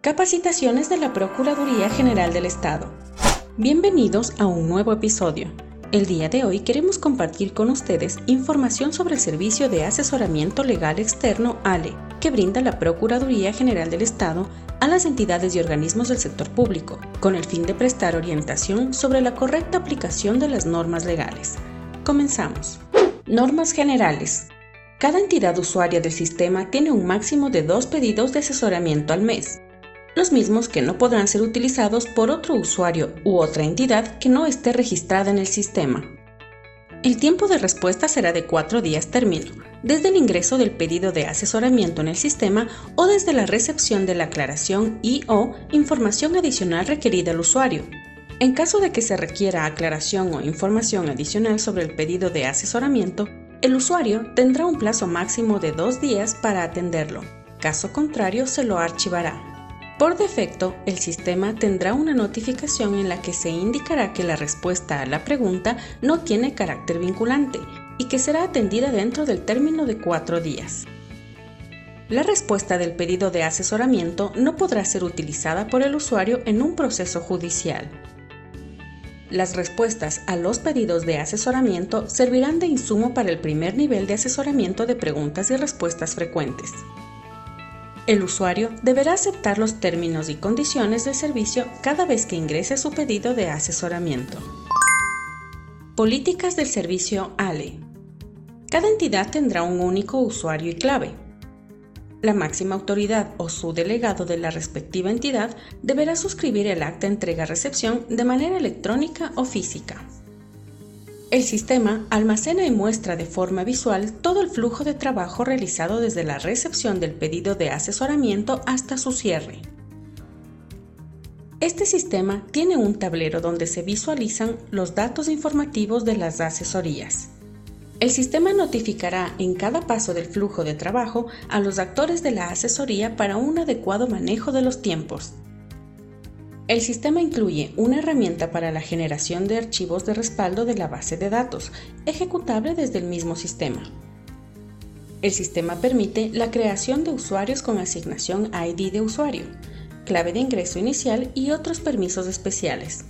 Capacitaciones de la Procuraduría General del Estado. Bienvenidos a un nuevo episodio. El día de hoy queremos compartir con ustedes información sobre el Servicio de Asesoramiento Legal Externo ALE, que brinda la Procuraduría General del Estado a las entidades y organismos del sector público, con el fin de prestar orientación sobre la correcta aplicación de las normas legales. Comenzamos. Normas generales. Cada entidad usuaria del sistema tiene un máximo de 2 pedidos de asesoramiento al mes, los mismos que no podrán ser utilizados por otro usuario u otra entidad que no esté registrada en el sistema. El tiempo de respuesta será de 4 días término, desde el ingreso del pedido de asesoramiento en el sistema o desde la recepción de la aclaración y/o información adicional requerida al usuario. En caso de que se requiera aclaración o información adicional sobre el pedido de asesoramiento, el usuario tendrá un plazo máximo de 2 días para atenderlo. Caso contrario, se lo archivará. Por defecto, el sistema tendrá una notificación en la que se indicará que la respuesta a la pregunta no tiene carácter vinculante y que será atendida dentro del término de 4 días. La respuesta del pedido de asesoramiento no podrá ser utilizada por el usuario en un proceso judicial. Las respuestas a los pedidos de asesoramiento servirán de insumo para el primer nivel de asesoramiento de preguntas y respuestas frecuentes. El usuario deberá aceptar los términos y condiciones del servicio cada vez que ingrese su pedido de asesoramiento. Políticas del servicio ALE. Cada entidad tendrá un único usuario y clave. La máxima autoridad o su delegado de la respectiva entidad deberá suscribir el acta entrega-recepción de manera electrónica o física. El sistema almacena y muestra de forma visual todo el flujo de trabajo realizado desde la recepción del pedido de asesoramiento hasta su cierre. Este sistema tiene un tablero donde se visualizan los datos informativos de las asesorías. El sistema notificará en cada paso del flujo de trabajo a los actores de la asesoría para un adecuado manejo de los tiempos. El sistema incluye una herramienta para la generación de archivos de respaldo de la base de datos, ejecutable desde el mismo sistema. El sistema permite la creación de usuarios con asignación ID de usuario, clave de ingreso inicial y otros permisos especiales.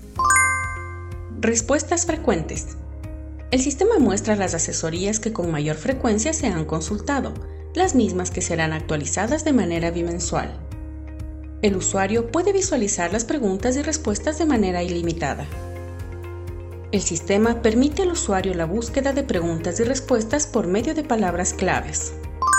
Respuestas frecuentes. El sistema muestra las asesorías que con mayor frecuencia se han consultado, las mismas que serán actualizadas de manera bimensual. El usuario puede visualizar las preguntas y respuestas de manera ilimitada. El sistema permite al usuario la búsqueda de preguntas y respuestas por medio de palabras claves.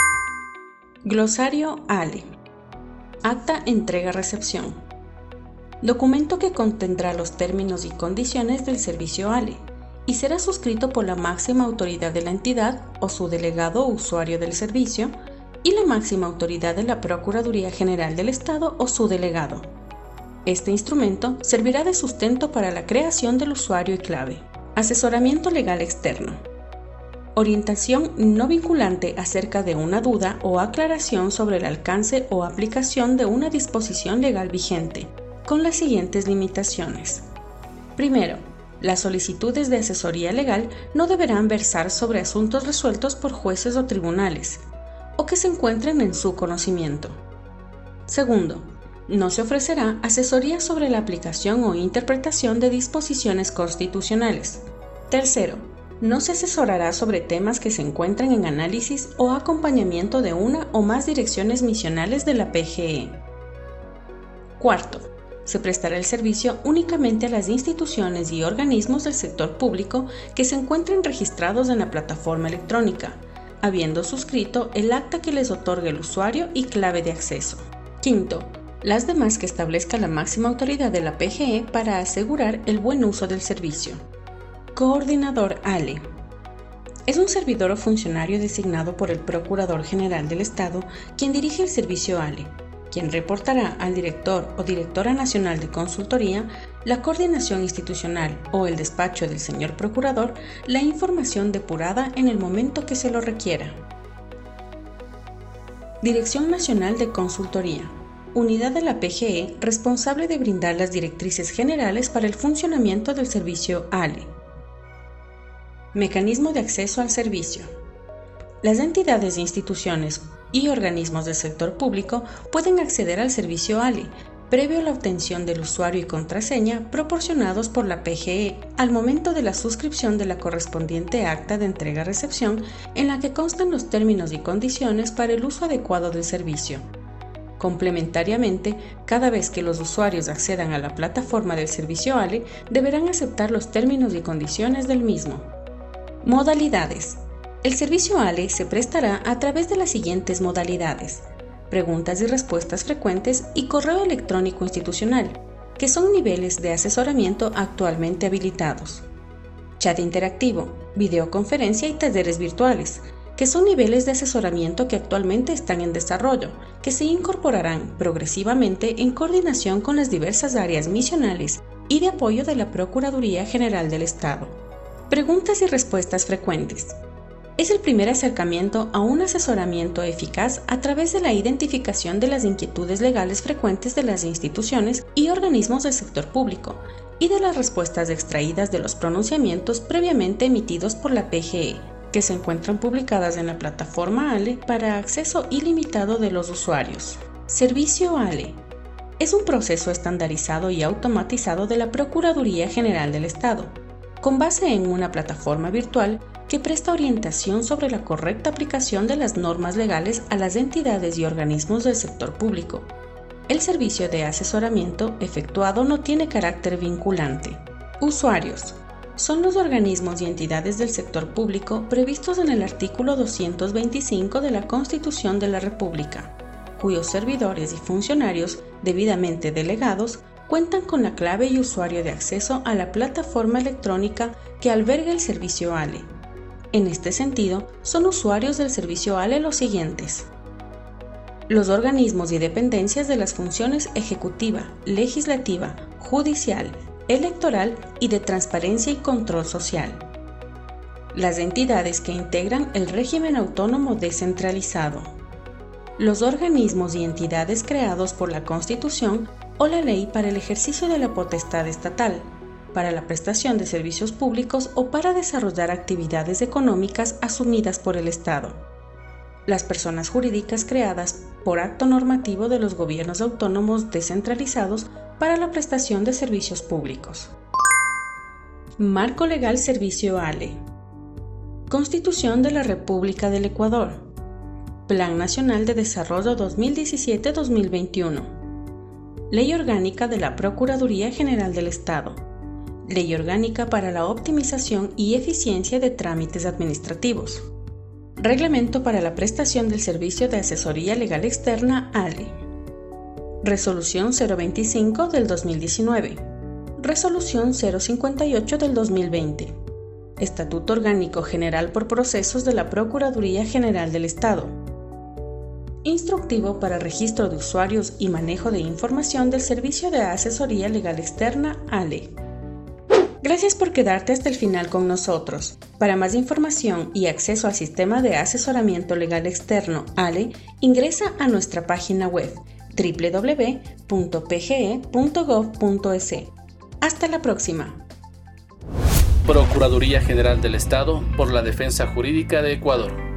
Glosario ALE. Acta entrega-recepción. Documento que contendrá los términos y condiciones del servicio ALE y será suscrito por la máxima autoridad de la entidad o su delegado o usuario del servicio, y la máxima autoridad de la Procuraduría General del Estado o su delegado. Este instrumento servirá de sustento para la creación del usuario y clave. Asesoramiento legal externo. Orientación no vinculante acerca de una duda o aclaración sobre el alcance o aplicación de una disposición legal vigente, con las siguientes limitaciones. Primero, las solicitudes de asesoría legal no deberán versar sobre asuntos resueltos por jueces o tribunales, o que se encuentren en su conocimiento. Segundo, no se ofrecerá asesoría sobre la aplicación o interpretación de disposiciones constitucionales. Tercero, no se asesorará sobre temas que se encuentren en análisis o acompañamiento de una o más direcciones misionales de la PGE. Cuarto, se prestará el servicio únicamente a las instituciones y organismos del sector público que se encuentren registrados en la plataforma electrónica, habiendo suscrito el acta que les otorga el usuario y clave de acceso. Quinto, las demás que establezca la máxima autoridad de la PGE para asegurar el buen uso del servicio. Coordinador ALE. Es un servidor o funcionario designado por el Procurador General del Estado quien dirige el servicio ALE, quien reportará al director o directora nacional de consultoría, la coordinación institucional o el despacho del señor procurador la información depurada en el momento que se lo requiera. Dirección Nacional de Consultoría. Unidad de la PGE responsable de brindar las directrices generales para el funcionamiento del servicio ALE. Mecanismo de acceso al servicio. Las entidades, instituciones y organismos del sector público pueden acceder al servicio ALE previo a la obtención del usuario y contraseña proporcionados por la PGE al momento de la suscripción de la correspondiente acta de entrega-recepción en la que constan los términos y condiciones para el uso adecuado del servicio. Complementariamente, cada vez que los usuarios accedan a la plataforma del servicio ALE, deberán aceptar los términos y condiciones del mismo. Modalidades. El servicio ALE se prestará a través de las siguientes modalidades: preguntas y respuestas frecuentes y correo electrónico institucional, que son niveles de asesoramiento actualmente habilitados. Chat interactivo, videoconferencia y talleres virtuales, que son niveles de asesoramiento que actualmente están en desarrollo, que se incorporarán progresivamente en coordinación con las diversas áreas misionales y de apoyo de la Procuraduría General del Estado. Preguntas y respuestas frecuentes. Es el primer acercamiento a un asesoramiento eficaz a través de la identificación de las inquietudes legales frecuentes de las instituciones y organismos del sector público y de las respuestas extraídas de los pronunciamientos previamente emitidos por la PGE, que se encuentran publicadas en la plataforma ALE para acceso ilimitado de los usuarios. Servicio ALE. Es un proceso estandarizado y automatizado de la Procuraduría General del Estado, con base en una plataforma virtual que presta orientación sobre la correcta aplicación de las normas legales a las entidades y organismos del sector público. El servicio de asesoramiento efectuado no tiene carácter vinculante. Usuarios. Son los organismos y entidades del sector público previstos en el artículo 225 de la Constitución de la República, cuyos servidores y funcionarios debidamente delegados cuentan con la clave y usuario de acceso a la plataforma electrónica que alberga el servicio ALE. En este sentido, son usuarios del servicio ALE los siguientes: los organismos y dependencias de las funciones ejecutiva, legislativa, judicial, electoral y de transparencia y control social; las entidades que integran el régimen autónomo descentralizado; los organismos y entidades creados por la Constitución o la ley para el ejercicio de la potestad estatal, para la prestación de servicios públicos o para desarrollar actividades económicas asumidas por el Estado; las personas jurídicas creadas por acto normativo de los gobiernos autónomos descentralizados para la prestación de servicios públicos. Marco Legal Servicio ALE. Constitución de la República del Ecuador. Plan Nacional de Desarrollo 2017-2021. Ley Orgánica de la Procuraduría General del Estado. Ley Orgánica para la Optimización y Eficiencia de Trámites Administrativos. Reglamento para la prestación del servicio de asesoría legal externa ALE. Resolución 025 del 2019. Resolución 058 del 2020. Estatuto Orgánico General por Procesos de la Procuraduría General del Estado. Instructivo para registro de usuarios y manejo de información del Servicio de Asesoría Legal Externa ALE. Gracias por quedarte hasta el final con nosotros. Para más información y acceso al Sistema de Asesoramiento Legal Externo ALE, ingresa a nuestra página web www.pge.gov.es. Hasta la próxima. Procuraduría General del Estado por la Defensa Jurídica de Ecuador.